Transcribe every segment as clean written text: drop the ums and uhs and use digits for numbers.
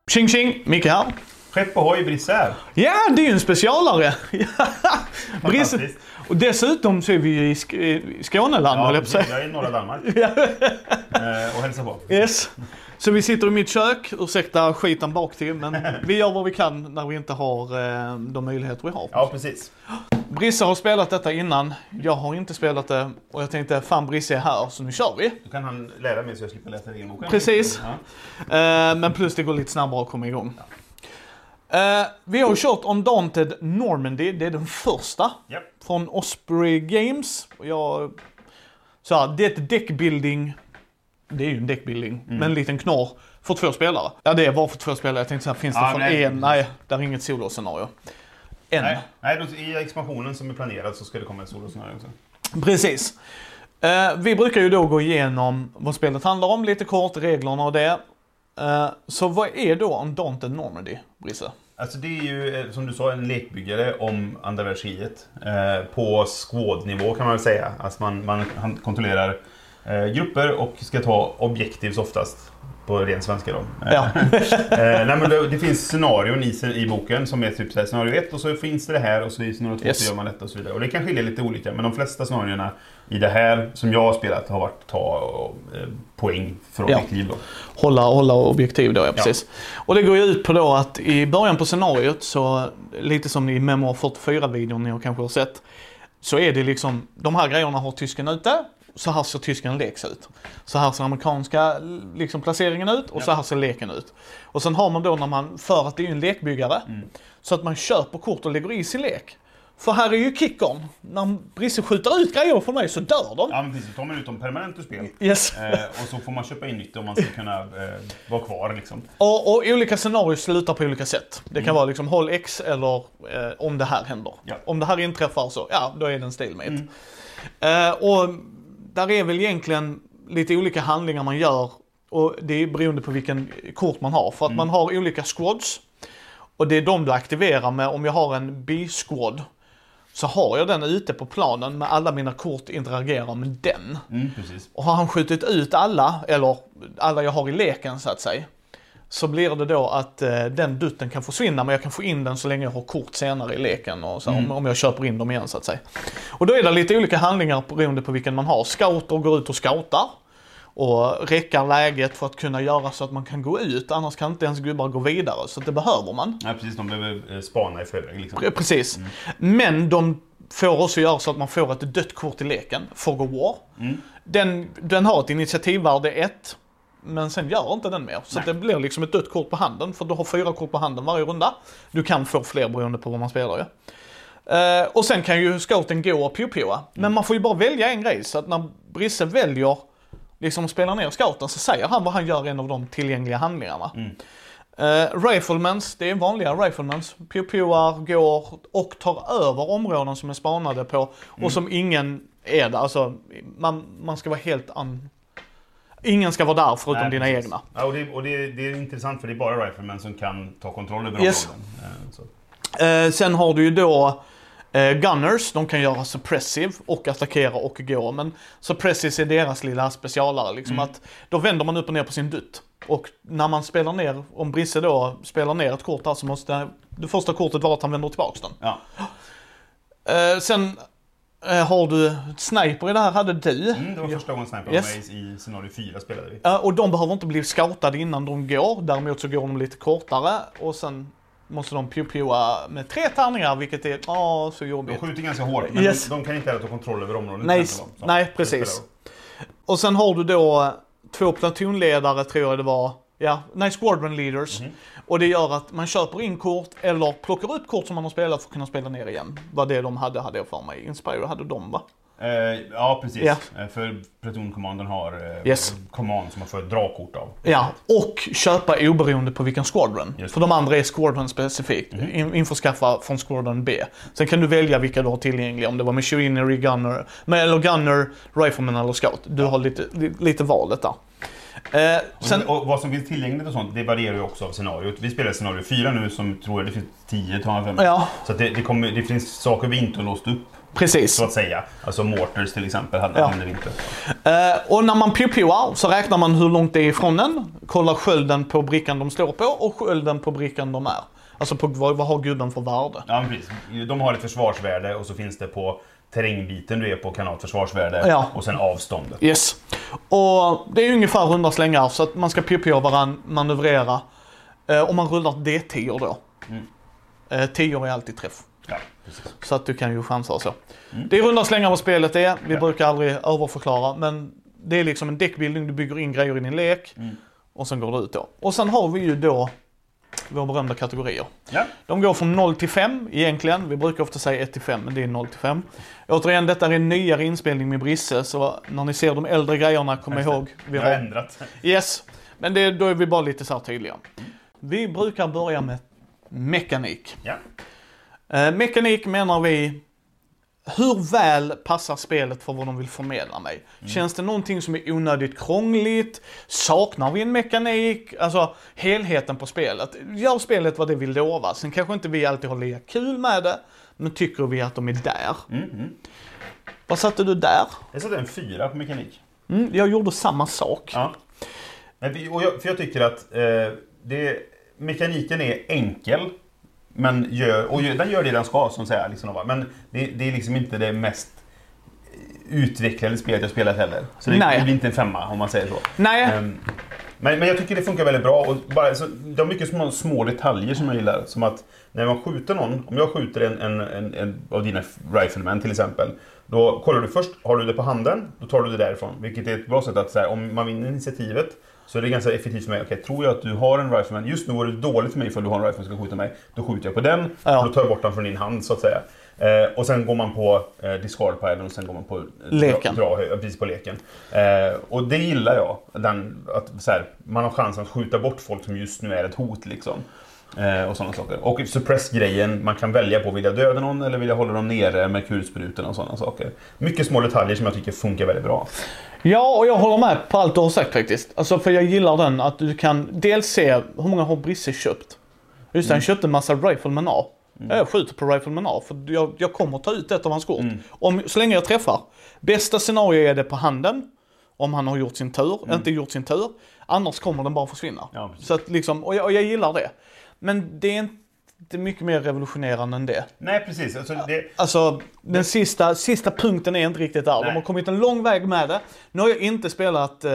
Tjing tjing, Micke här. Skepp ohoj, Brisse här. Ja, det är ju en specialare. Brisse. Och dessutom så är vi ju i Skåneland. Ja, jag är i norra Danmark. Och hälsar på. Yes. Så vi sitter i mitt kök, ursäkta skiten bak till, men vi gör vad vi kan när vi inte har de möjligheter vi har. Ja, precis. Brisse har spelat detta innan, jag har inte spelat det och jag tänkte fan Brisse är här så nu kör vi. Då kan han lära mig så jag slipper läsa regelboken. Precis. Ja. Men plus det går lite snabbare att komma igång. Vi har kört Undaunted Normandy, det är den första från Osprey Games. Det är ett deckbuilding, det är ju en deckbuilding, med en liten knorr för 2 spelare. Ja, det var för 2 spelare, jag tänkte så här, finns det för en? Nej, det är inget soloscenario. Nej, i expansionen som är planerad så ska det komma ett soloscenario också. Precis. Vi brukar ju då gå igenom vad spelet handlar om, lite kort, reglerna och det. Så vad är då Undaunted Normandy, Brisse? Alltså det är ju, som du sa, en lekbyggare om andra världskriget. På squad-nivå kan man väl säga. Alltså man kontrollerar grupper och ska ta objectives oftast. På ren svenska då. Ja. Nej, men det finns scenarion i boken som är typ så här, scenario 1 och så finns det här och så i scenario 2 så gör man detta och så vidare. Och det kan skilja lite olika, men de flesta scenarierna i det här som jag har spelat har varit ta poäng för objektiv då. Hålla objektiv då, precis. Och det går ju ut på då att i början på scenariot så, lite som i Memoir 44-videon ni har kanske har sett, så är det liksom, de här grejerna har tysken ute. Så här ser tysken leks ut. Så här ser amerikanska liksom, placeringen ut och så här ser leken ut. Och sen har man då när man, för att det är ju en lekbyggare, så att man köper kort och lägger i sin lek. För här är ju kickern. När Brisse skjuter ut grejer för mig så dör de. Ja, men precis. Tar man ut dem permanent ur spel. Yes. Och så får man köpa in nytt om man ska kunna vara kvar liksom. Och olika scenarier slutar på olika sätt. Det kan vara liksom håll X eller om det här händer. Ja. Om det här inträffar så, då är det en stalemate. Och där är väl egentligen lite olika handlingar man gör och det är beroende på vilken kort man har. För att man har olika squads och det är de du aktiverar med. Om jag har en B-squad så har jag den ute på planen med alla mina kort interagerar med den. Precis. Och har han skjutit ut alla, eller alla jag har i leken så att säga, så blir det då att den dutten kan försvinna men jag kan få in den så länge jag har kort senare i leken och så, om jag köper in dem igen så att säga. Och då är det lite olika handlingar beroende på vilken man har. Scouter går ut och scoutar och räckar läget för att kunna göra så att man kan gå ut, annars kan inte ens gubbar gå vidare, så det behöver man. Ja, precis, de behöver spana i förväg liksom. Precis. Men de får också göra så att man får ett dött kort i leken, Fog of War. Den har ett initiativvärde 1. Men sen gör inte den mer. Så det blir liksom ett dött kort på handen. För du har 4 kort på handen varje runda. Du kan få fler beroende på vad man spelar. Ja. Och sen kan ju scouten gå och pio-pioa. Men man får ju bara välja en grej. Så att när Brisse väljer liksom spela ner scouten så säger han vad han gör en av de tillgängliga handlingarna. Riflemans, det är vanliga riflemans. Pio-pioar, går och tar över områden som är spanade på. Och som ingen är där. Alltså man ska vara helt ingen ska vara där förutom dina egna. Ja, och det är intressant för det är bara riflemen som kan ta kontroll över områden. Sen har du ju då gunners, de kan göra suppressive och attackera och gå. Men suppressive är deras lilla specialare. Liksom att då vänder man upp och ner på sin dutt. Och när man spelar ner, om Brisse då spelar ner ett kort där så måste det första kortet vara att han vänder tillbaka den. Ja. Sen har du sniper i det här, hade du? Det var första gången sniper med i scenario 4 spelade vi. Och de behöver inte bli scoutade innan de går, däremot så går de lite kortare och sen måste de pio-pioa med 3 tärningar, vilket är så jobbigt. De skjuter ganska hårt, men de kan inte heller ta kontroll över området. Nej, precis. Och sen har du då 2 platonledare tror jag det var. Squadron leaders. Och det gör att man köper in kort eller plockar upp kort som man har spelat för att kunna spela ner igen. Vad det de hade jag för mig. Inspire hade de, va? Ja, precis. För Platoon Commandern har command som man får ett dra-kort av. Ja, och köpa oberoende på vilken squadron. För de andra är squadron specifikt. Införskaffa från squadron B. Sen kan du välja vilka du har tillgängliga. Om det var machinery, gunner, eller gunner, rifleman eller scout. Du har lite valet där. Och vad som finns tillgängligt och sånt, det varierar ju också av scenariot. Vi spelar scenario 4 nu som tror jag det finns 10 5. Ja. Så att det finns saker vi inte har låst upp. Precis. Så att säga. Alltså mortars till exempel händer inte. Och när man pioar så räknar man hur långt det är ifrån en. Kollar skölden på brickan de står på och skölden på brickan de är. Alltså på vad har gubben för värde? Ja, precis. De har ett försvarsvärde och så finns det på terrängbiten du är på kan ha ett försvarsvärde och sen avståndet. Yes. Och det är ungefär 100 slängar så att man ska pioa varann, manövrera. Om man rullar D10 då. 10 är alltid träff. Ja, precis. Så att du kan ju chansa och så. Det är runda slängar vad spelet är. Vi brukar aldrig överförklara. Men det är liksom en deckbildning. Du bygger in grejer i din lek. Och sen går det ut då. Och sen har vi ju då våra berömda kategorier. Ja. De går från 0 till 5 egentligen. Vi brukar ofta säga 1 till 5, men det är 0 till 5. Återigen, detta är en nyare inspelning med Brisse. Så när ni ser de äldre grejerna, kom ihåg. Vi har ändrat. Yes. Men då är vi bara lite så här tydliga. Vi brukar börja med mekanik. Ja. Mekanik menar vi, hur väl passar spelet för vad de vill förmedla mig? Känns det någonting som är onödigt krångligt? Saknar vi en mekanik? Alltså helheten på spelet. Gör spelet vad det vill lova. Sen kanske inte vi alltid har lika kul med det, men tycker vi att de är där. Vad satte du där? Jag satte en 4 på mekanik. Jag gjorde samma sak. Ja. För jag tycker att mekaniken är enkel. Men den gör det den ska, som säger. Liksom, men det är liksom inte det mest utvecklade spelet jag spelat heller. Så det blir inte en 5 om man säger så. Nej. Men jag tycker det funkar väldigt bra. Och det är mycket små detaljer som jag gillar. Som att när man skjuter någon, om jag skjuter en av dina riflemen till exempel. Då kollar du först, har du det på handen, då tar du det därifrån. Vilket är ett bra sätt att så här, om man vinner initiativet. Så det är ganska effektivt för mig. Okej, tror jag att du har en rifleman. Just nu var det dåligt för mig för att du har en rifleman som ska skjuta mig. Då skjuter jag på den. Och då tar jag bort den från din hand så att säga. Och sen går man på discard pilen och sen går man på leken. Precis på leken. Och det gillar jag. Att så här, man har chansen att skjuta bort folk som just nu är ett hot liksom. Och sådana saker. Och suppress-grejen, man kan välja på vill jag döda någon eller vill jag hålla dem nere med kulsprutan och sådana saker. Mycket små detaljer som jag tycker funkar väldigt bra. Ja, och jag håller med på allt du har sagt faktiskt. Alltså för jag gillar den att du kan dels se hur många har Brisse köpt. Just det, han köpte en massa Rifleman A. Jag skjuter på Rifleman A för jag kommer ta ut ett av hans kort. Så länge jag träffar. Bästa scenario är det på handen. Om han har gjort sin tur, inte gjort sin tur. Annars kommer den bara försvinna. Ja, så att liksom, och jag gillar det. Men det är inte mycket mer revolutionerande än det. Nej, precis. Den sista punkten är inte riktigt där. Nej. De har kommit en lång väg med det. Nu har jag inte spelat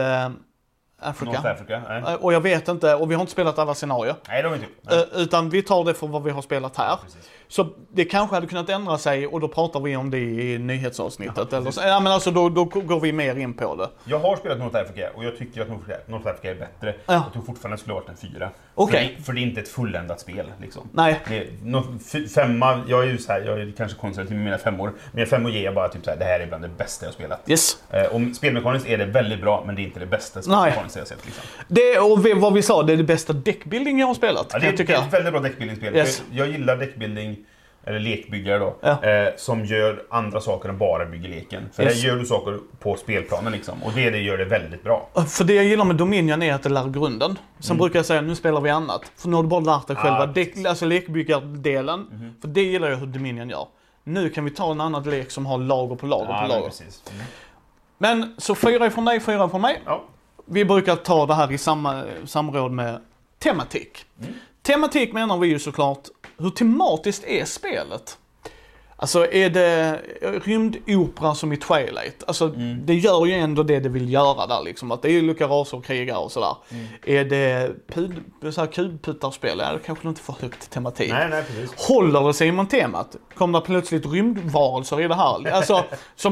Afrika. Och jag vet inte, och vi har inte spelat alla scenarier. Nej, det har vi inte. Utan vi tar det för vad vi har spelat här. Precis. Så det kanske hade kunnat ändra sig och då pratar vi om det i nyhetsavsnittet. Ja, eller så. Ja, men alltså då går vi mer in på det. Jag har spelat North Africa och jag tycker att North Africa är bättre. Ja. Jag tror fortfarande att det skulle ha varit en 4. Okay. För det är inte ett fulländat spel. Liksom. Nej. Femma, jag är ju så här, jag är kanske konservativ med mina 5 år. Men 5 år ger jag bara typ så här, det här är bland det bästa jag har spelat. Yes. Och spelmekaniskt är det väldigt bra, men det är inte det bästa spelmekaniskt jag har sett. Liksom. Det, och vad vi sa, det är det bästa deckbuilding jag har spelat. Ja, det är ett väldigt bra deckbuilding-spel. Yes. Jag gillar deckbuilding, eller lekbyggare då, som gör andra saker än bara bygger leken. För där gör du saker på spelplanen liksom. Och det gör det väldigt bra. För det jag gillar med Dominion är att det lär grunden. Sen brukar jag säga, nu spelar vi annat. För nu har du bara lärt dig själva alltså lekbyggardelen. För det gillar jag hur Dominion gör. Nu kan vi ta en annan lek som har lager på lager på lager. Precis. Men så 4 från dig, 4 från mig. Ja. Vi brukar ta det här i samråd med tematik. Tematik menar vi ju såklart, hur tematiskt är spelet? Alltså är det rymdopera som i Twilight? Alltså det gör ju ändå det vill göra där liksom. Att det är ju olika raser och krigar och sådär. Är det kubputtarspel? Ja, det kanske inte för högt tematik. Nej, precis. Håller det sig med temat? Kommer det plötsligt rymdvarelser i det här? Alltså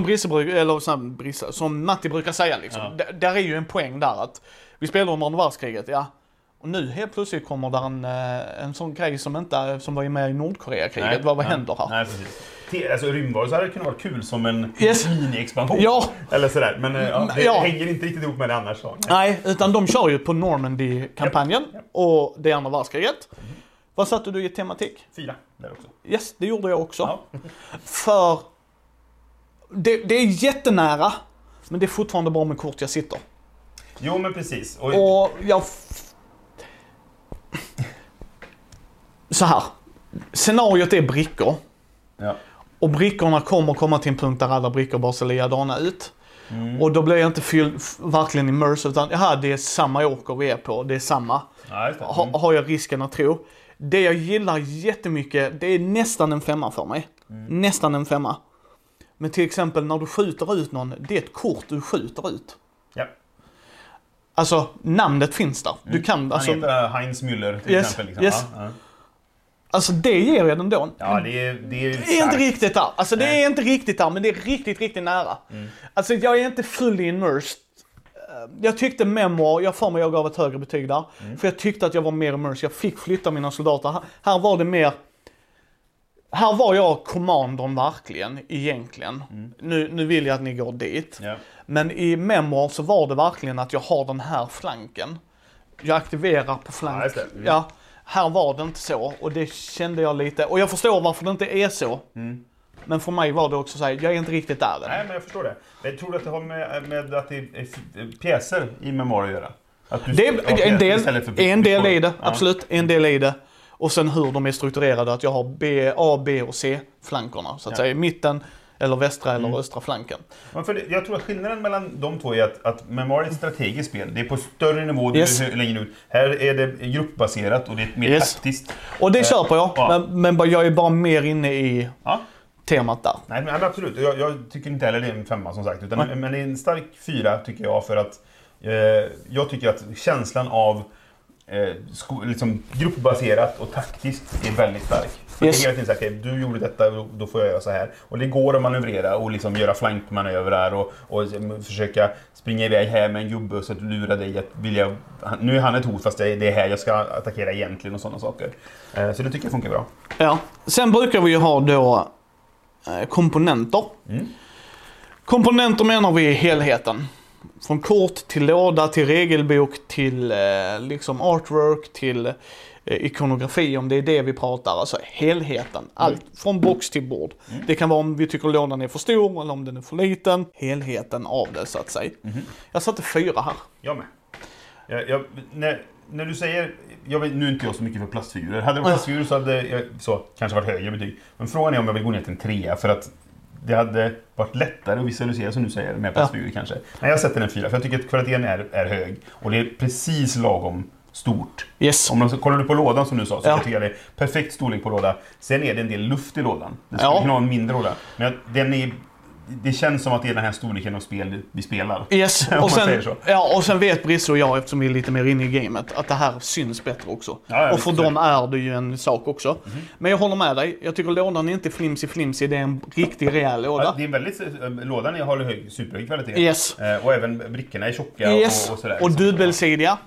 som Matti brukar säga liksom. Ja. Där är ju en poäng där att vi spelar under andra världskriget, ja. Och nu helt plötsligt kommer där en sån grej som var med i Nordkoreakriget. Vad händer här? Nej, precis. Alltså rymdvarelser hade kunnat vara kul som en mini-expansion. Ja. Eller sådär. Men det hänger inte riktigt ihop med det annars. Så. Nej, utan de kör ju på Normandy-kampanjen och det andra världskriget. Vad satte du i tematik? 4 där också. Yes, det gjorde jag också. Ja. För det är jättenära, men det är fortfarande bara med kort jag sitter. Jo, men precis. Och jag... Så här. Scenariot är brickor. Ja. Och brickorna kommer komma till en punkt där alla brickor bara ser likadana ut. Och då blir jag inte verkligen immersive, utan det är samma åker vi är på, det är samma. Ja, Har jag risken att tro. Det jag gillar jättemycket, det är nästan en 5 för mig. Nästan en 5. Men till exempel när du skjuter ut någon, det är ett kort du skjuter ut. Ja. Alltså, namnet finns där. Du kan, alltså, han heter Heinz Müller till exempel. Liksom. Yes. Alltså det ger jag den då. Ja, det är inte riktigt där. Alltså det är inte riktigt där, men det är riktigt, riktigt nära. Alltså jag är inte fully immersed. Jag tyckte Memoir, jag gav ett högre betyg där. För jag tyckte att jag var mer immersed. Jag fick flytta mina soldater. Här var det mer... Här var jag kommandon verkligen, egentligen. Nu vill jag att ni går dit. Ja. Men i Memoir så var det verkligen att jag har den här flanken. Jag aktiverar på flank. Ja. Här var det inte så, och det kände jag lite. Och jag förstår varför det inte är så. Men för mig var det också så här, jag är inte riktigt där. Nej, men jag förstår det. Jag tror att det har med att det är pjäser i Memoir att göra. Att du det är en del i det, absolut. En del i det. Och sen hur de är strukturerade, att jag har A, B och C-flankerna. Så att säga, mitten, eller västra eller östra flanken. Ja, jag tror att skillnaden mellan de två är att Memoir är ett strategiskt spel. Det är på större nivå, det är längre ut. Här är det gruppbaserat och det är mer taktiskt. Och det köper jag, men jag är bara mer inne i temat där. Nej, men absolut. Jag tycker inte heller det är en 5 som sagt. Men det är en stark 4 tycker jag, för att jag tycker att känslan av liksom gruppbaserat och taktiskt är väldigt stark. För det är hela tiden så här, du gjorde detta, då får jag göra så här. Och det går att manövrera och liksom göra flankmanövrar och försöka springa iväg här med en gubbe så att lura dig att nu är han ett hot fast det är här jag ska attackera egentligen och sådana saker. Så det tycker jag funkar bra. Ja, sen brukar vi ju ha då komponenter. Komponenter menar vi helheten. Från kort till låda, till regelbok, till liksom artwork, till ikonografi, om det är det vi pratar. Alltså helheten. Allt från box till bord. Det kan vara om vi tycker lådan är för stor eller om den är för liten. Helheten av det, så att säga. Jag satte 4 här. Jag med. När du säger, nu är inte jag så mycket för plastfigurer. Hade det varit plastfigurer så hade jag kanske varit högre betyg. Men frågan är om jag vill gå ner till en 3, för att det hade varit lättare att visualisera, som du säger, med plastfigurer kanske. Men jag sätter en 4, för jag tycker att kvaliteten är hög. Och det är precis lagom stort. Yes. Kollar du på lådan som du sa, så jag tycker jag det är perfekt storlek på låda. Sen är det en del luft i lådan. Det skulle kunna vara en mindre låda. Men det känns som att det är den här storleken av spel vi spelar. Yes. och sen vet Brisse och jag, eftersom vi är lite mer inne i gamet, att det här syns bättre också. Och för dem är det ju en sak också. Men jag håller med dig. Jag tycker lådan är inte flimsy. Det är en riktig rejäl låda. Ja, det är väldigt, lådan håller superhög kvalitet. Yes. Och även brickorna är tjocka och sådär. Och dubbelsidiga.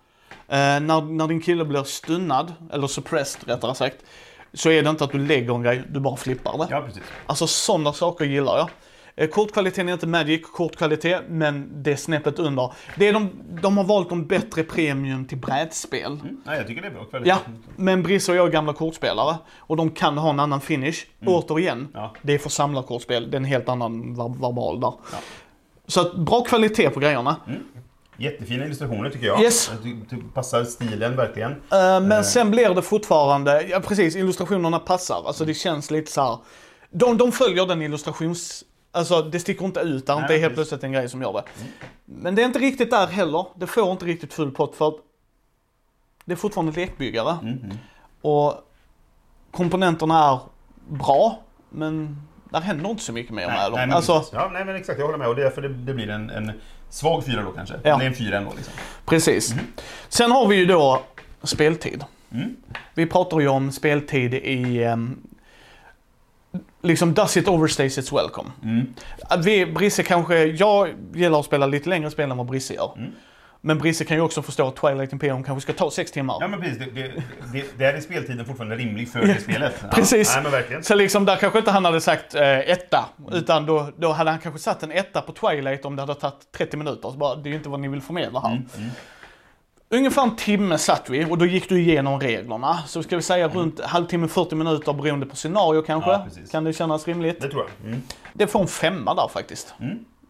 När din kille blir stunnad, eller suppressed rättare sagt, så är det inte att du lägger en grej, du bara flippar det. Ja, precis. Alltså sådana saker gillar jag. Kortkvaliteten är inte Magic kortkvalitet, men det är snäppet under. De har valt en bättre premium till brädspel. Nej, jag tycker det är bra kvalitet. Ja, men Brisse och jag är gamla kortspelare och de kan ha en annan finish. Återigen, det är för samlarkortspel, det är en helt annan verbal där. Så att, bra kvalitet på grejerna. Jättefina illustrationer tycker jag. Yes. Det passar stilen verkligen. Men sen blir det fortfarande, ja precis, illustrationerna passar. Alltså det känns lite så här. De följer den illustrations... Alltså det sticker inte ut, det är inte helt plötsligt en grej som gör det. Men det är inte riktigt där heller. Det får inte riktigt full pott, för att det är fortfarande lekbyggare. Och komponenterna är bra, men där händer inte så mycket mer med dem. Nej men exakt, jag håller med. Och det är därför det blir en svag 4 då kanske. Ja. Det är en 4 ändå liksom. Precis. Sen har vi ju då speltid. Vi pratar ju om speltid i... liksom, does it overstays its welcome? Brisse kanske, jag gillar att spela lite längre spel än vad Brisse gör. Men Brisse kan ju också förstå att Twilight Imperium kanske ska ta 6 timmar. Ja men precis, det är speltiden fortfarande rimlig för det spelet. Precis, nej, men verkligen. Så liksom där kanske inte han hade sagt 1, utan då hade han kanske satt en 1 på Twilight om det hade tagit 30 minuter. Så bara, det är ju inte vad ni vill förmedla här. Ungefär en timme satt vi och då gick du igenom reglerna. Så ska vi säga runt halvtimme, 40 minuter beroende på scenario kanske. Ja, kan det kännas rimligt? Det tror jag. Det får en 5 där faktiskt.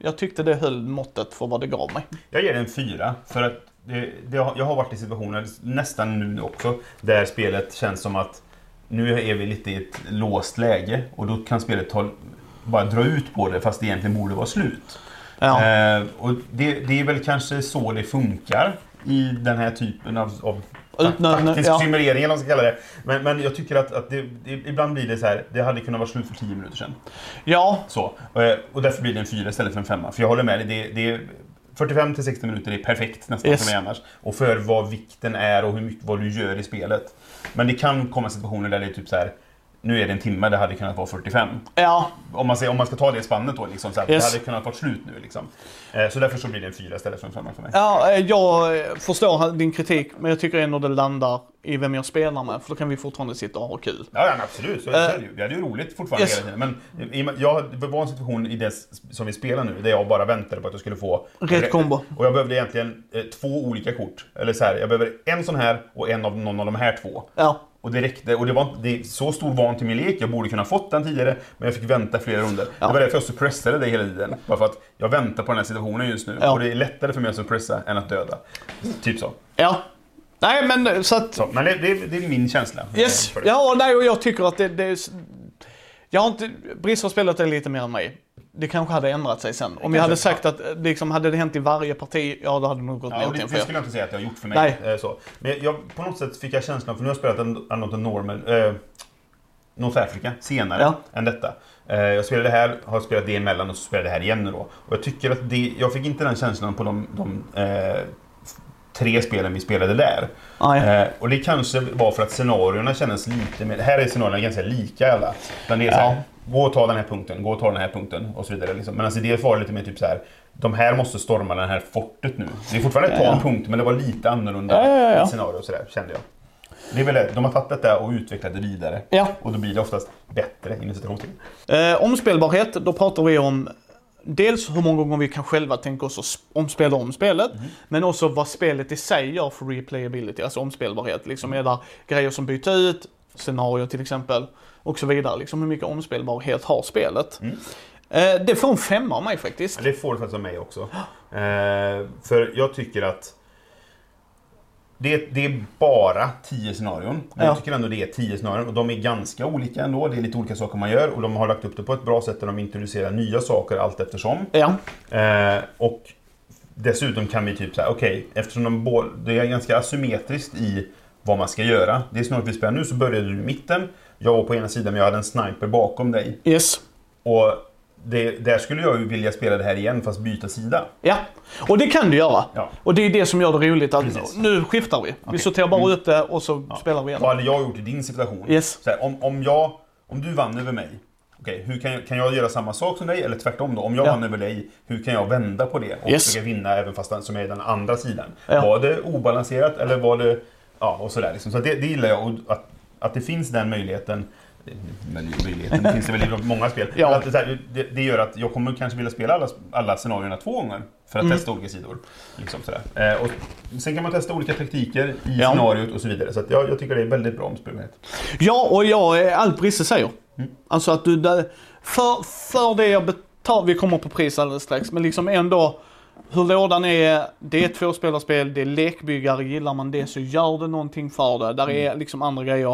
Jag tyckte det höll måttet för vad det gav mig. Jag ger det en 4 för att jag har varit i situationer nästan nu också där spelet känns som att nu är vi lite i ett låst läge och då kan spelet bara dra ut på det fast det egentligen borde vara slut. Ja. Och det är väl kanske så det funkar i den här typen av taktisk simulering eller vad man ska kalla det. Men jag tycker att det ibland blir det så här, det hade kunnat vara slut för 10 minuter sedan. Ja. Så. Och därför blir det en 4 istället för en 5. För jag håller med dig, det är 45-60 minuter är perfekt nästan för mig annars. Och för vad vikten är och vad du gör i spelet. Men det kan komma situationer där det är typ så här, nu är det en timme, det hade kunnat vara 45. Ja. Om man ska ta det spannet då liksom, så att det hade kunnat vara slut nu liksom. Så därför så blir det en 4 istället för en 5 för mig. Ja, jag förstår din kritik, men jag tycker ändå det landar i vem jag spelar med, för då kan vi fortfarande sitta och ha kul. Ja, absolut. Så är det ju. Det är ju roligt fortfarande hela tiden. Men det var en situation i det som vi spelar nu, där jag bara väntade på att jag skulle få rätt kombo. Och jag behövde egentligen 2 olika kort. Eller så här, jag behöver en sån här och en av någon av de här 2. Ja. Och det räckte, och det är så stor van till min lek, jag borde kunna fått den tidigare, men jag fick vänta flera runder. Ja. Det var därför jag suppressade det hela tiden, bara för att jag väntar på den här situationen just nu. Ja. Och det är lättare för mig att suppressa än att döda. Typ så. Ja. Nej, men så att... Men det är min känsla. Yes. Ja, nej, och jag tycker att det är... Jag har inte... Briss har spelat det lite mer än mig. Det kanske hade ändrat sig sen. Om jag hade sagt att liksom, hade det hänt i varje parti, ja då hade det nog gått mer till. Det skulle jag inte säga att jag har gjort för mig. Nej. Så. Men på något sätt fick jag känslan, för nu har jag spelat North Africa senare än detta. Jag spelade det här, har spelat det emellan och så spelade det här igen nu då. Och jag tycker att jag fick inte den känslan på de 3 spelen vi spelade där. Och det kanske var för att scenarierna kändes lite mer... Här är scenarierna ganska lika alla. Det är så här, gå och ta den här punkten, gå och ta den här punkten och så vidare. Liksom. Men alltså det var lite mer typ så här, de här måste storma den här fortet nu. Det är fortfarande ta en punkt, men det var lite annorlunda scenario och sådär, kände jag. Det är väl det. De har tagit detta och utvecklat det vidare. Ja. Och då blir det oftast bättre inom situationstiden. Omspelbarhet, då pratar vi om dels hur många gånger vi kan själva tänka oss att omspela om spelet, men också vad spelet i sig gör för replayability, alltså omspelbarhet. Liksom är det grejer som byter ut, scenario till exempel, och så vidare. Liksom hur mycket omspelbarhet har spelet. Det får en 5 av mig faktiskt. Det får det faktiskt av mig också. För jag tycker att det är bara 10 scenarion. Men jag tycker ändå det är 10 scenarion. Och de är ganska olika ändå. Det är lite olika saker man gör. Och de har lagt upp det på ett bra sätt där de introducerar nya saker allt eftersom. Ja. Och dessutom kan vi typ säga, okej, eftersom det är ganska asymmetriskt i vad man ska göra. Det är snart vi spelar nu, så började du i mitten. Jag var på ena sidan, men jag hade en sniper bakom dig. Yes. Och där skulle jag ju vilja spela det här igen, fast byta sida. Ja, och det kan du göra. Ja. Och det är det som gör det roligt. Att nu skiftar vi. Vi sorterar bara ut det och så spelar vi igen. Vad hade jag gjort i din situation? Yes. Så här, om du vann över mig, hur kan jag göra samma sak som dig? Eller tvärtom då? Om jag vann över dig, hur kan jag vända på det? Och försöka vinna även fast som är den andra sidan. Ja. Var det obalanserat eller var det... Ja, och sådär liksom. Så det gillar jag. Och att det finns den möjligheten. Möjligheten finns det väl i många spel. Ja. Att det gör att jag kommer kanske vilja spela alla scenarierna 2 gånger för att testa olika sidor. Liksom sådär. Och sen kan man testa olika taktiker i scenariot och så vidare. Så att jag tycker det är väldigt bra omspelbarhet. Ja, och allt Brisse säger. Alltså att du för det jag betalar, vi kommer på pris alldeles strax, men liksom ändå hur lådan är, det är ett 2-spelarspel, det är lekbyggare, gillar man det så gör det någonting för det. Där är liksom andra grejer.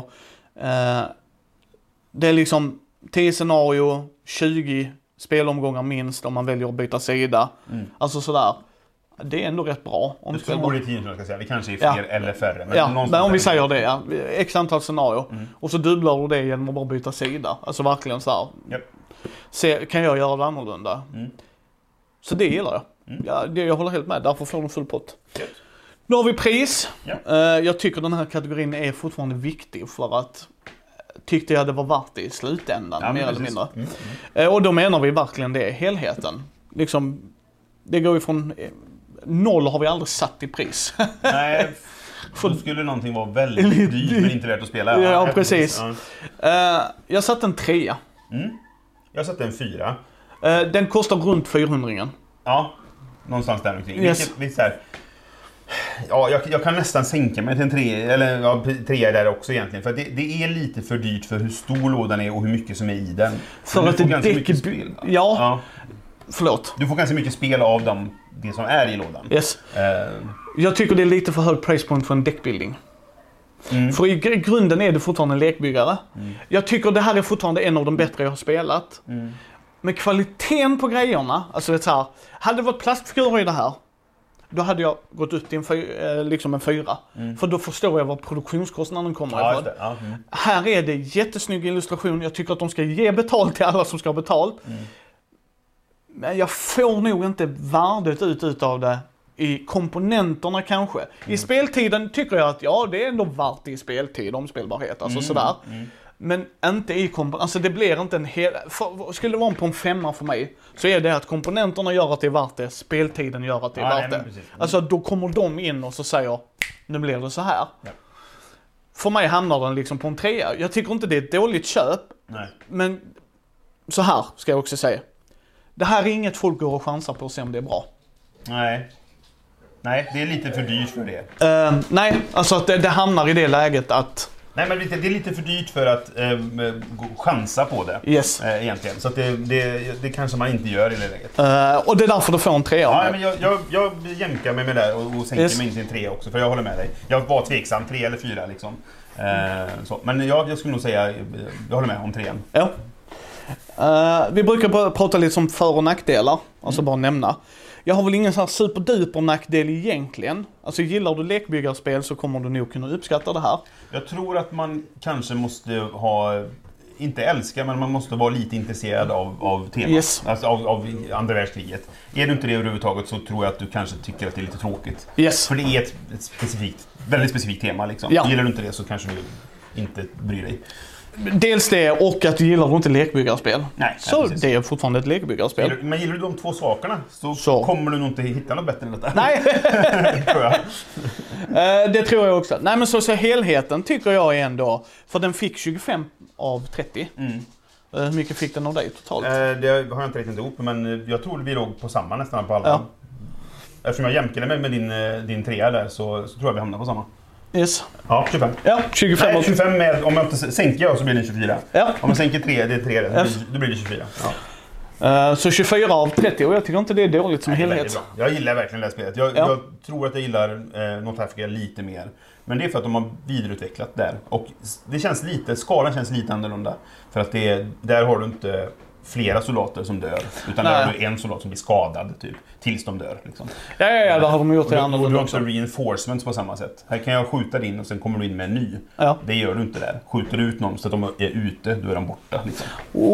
Det är liksom 10 scenario, 20 spelomgångar minst om man väljer att byta sida. Alltså sådär. Det är ändå rätt bra. Det ska gå i 10, ska säga. Det kanske är fler eller färre. Men om vi säger det, x antal scenario. Och så dubblar du det genom att bara byta sida. Alltså verkligen såhär. Kan jag göra det annorlunda? Så det gillar jag. Jag håller helt med, därför får de full pott. Nu har vi pris. Jag tycker den här kategorin är fortfarande viktig för att tyckte jag det var värt det i slutändan, mer eller mindre. Och då menar vi verkligen det, helheten. Liksom, det går ju från 0 har vi aldrig satt i pris. Nej, då skulle någonting vara väldigt dyrt men inte värt att spela. Ja, precis. Jag satte en 3. Jag satte en 4. Den kostar runt 400. Ja, någonstans där omkring. Yes. Jag kan nästan sänka mig till en 3, eller 3 där också egentligen. För det är lite för dyrt för hur stor lådan är och hur mycket som är i den. För att det är mycket spel. Ja. Förlåt. Du får ganska mycket spel av det som är i lådan. Yes. Jag tycker det är lite för hög price point för en deckbuilding. För i grunden är det fortfarande en lekbyggare. Jag tycker det här är fortfarande en av de bättre jag har spelat. Men kvaliteten på grejerna, alltså det är så här, hade det varit plastfigurer i det här, då hade jag gått ut till en 4. För då förstår jag var produktionskostnaden kommer ifrån. Här är det jättesnygg illustration. Jag tycker att de ska ge betalt till alla som ska ha betalt. Men jag får nog inte värdet ut av det i komponenterna kanske. I speltiden tycker jag att det är ändå värt i speltid, omspelbarhet, alltså sådär. Men inte i alltså det blir inte en hel... Skulle det vara på en 5 för mig, så är det att komponenterna gör att det är värt det, speltiden gör att det är värt det. Alltså då kommer de in och så säger, nu blir det så här. Ja. För mig hamnar den liksom på en 3. Jag tycker inte det är ett dåligt köp. Nej. Men så här ska jag också säga. Det här är inget folk går och chansar på att se om det är bra. Nej, det är lite för dyrt för det. Nej, alltså att det hamnar i det läget att... Nej, men det är lite för dyrt för att chansa på det. Yes. Egentligen. Så att det kanske man inte gör i det läget. Och det är därför du får en 3. Ja, men jag jämkar mig med det och sänker mig in till en 3 också. För jag håller med dig. Jag var tveksam, 3 eller 4 liksom. Så. Men jag skulle nog säga, jag håller med om 3. Ja. Vi brukar prata lite om för- och nackdelar. Alltså bara nämna. Jag har väl ingen sån här superduper nackdel egentligen. Alltså gillar du lekbyggarspel så kommer du nog kunna uppskatta det här. Jag tror att man kanske måste ha, inte älska, men man måste vara lite intresserad av temat. Yes. Alltså av andra världskriget. Är du inte det överhuvudtaget så tror jag att du kanske tycker att det är lite tråkigt. Yes. För det är ett väldigt specifikt tema liksom. Ja. Gillar du inte det så kanske du inte bryr dig. Dels det och att du gillar inte lekbyggarspel. Nej, så precis. Det är fortfarande ett lekbyggarspel. Men gillar du de 2 sakerna så kommer du nog inte hitta något bättre än detta. Nej. Tror jag. Det tror jag också. Nej, men så helheten tycker jag är ändå, för den fick 25 av 30. Hur mycket fick den av dig totalt? Det har jag inte räknat ihop, men jag tror vi låg på samma nästan på alla. Ja. Eftersom jag jämkade med din 3 där så tror jag vi hamnar på samma. Yes. Ja, 25. Ja, 25. Nej, 25 med, om jag inte sänker så blir det 24. Ja. Om jag sänker 3, det är 3, då blir det 24. Ja. Så 24 av 30, och jag tycker inte det är dåligt som helhet. Jag gillar verkligen det här spelet. Jag tror att jag gillar North Africa lite mer. Men det är för att de har vidareutvecklat där. Och det känns skalan känns lite annorlunda. För att där har du inte flera soldater som dör. Utan där har du en soldat som blir skadad typ, tills de dör. Liksom. Ja, det har de gjort det annorlunda. Och du har inte reinforcements på samma sätt. Här kan jag skjuta in och sen kommer du in med en ny. Ja. Det gör du inte där. Skjuter du ut någon så att de är ute, då är de borta. Liksom.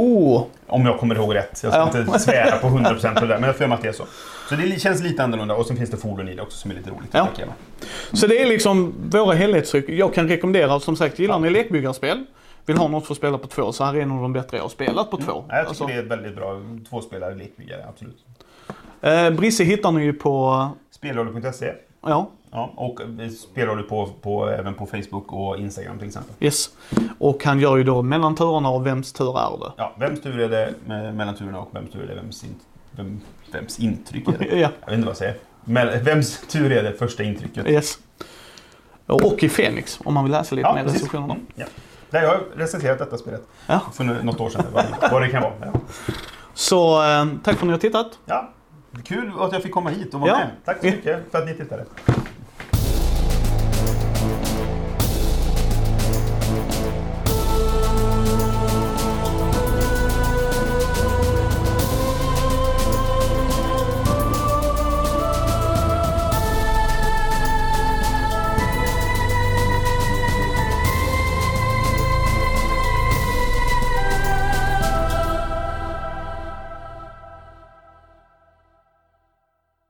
Om jag kommer ihåg rätt. Jag ska inte svära på 100% på det där, men jag får att det är så. Så det känns lite annorlunda och sen finns det fordon i det också som är lite roligt. Ja. Så det är liksom våra helhetstryck. Jag kan rekommendera, som sagt, gillar ni lekbyggarspel, vill ha något för att spela på 2, så här är en av de bättre jag har spelat på 2. Jag tycker det är väldigt bra 2-spelare lekbyggare, absolut. Brisse hittar ni ju på spelroller.se. Ja. Och spelroller även på Facebook och Instagram till exempel. Yes. Och han gör ju då mellan turerna och vems tur är det? Ja, vems tur är det mellan turerna och vems tur är det vems intryck är det? Ja. Jag vet inte vad jag säger. Vems tur är det första intrycket? Yes. Och i Fenix, om man vill läsa lite mer recensionerna. Ja. Där jag har recenserat detta spelet för något år sedan, vad det kan vara. Ja. Så tack för att ni har tittat. Ja, kul att jag fick komma hit och vara med. Tack så mycket för att ni tittade.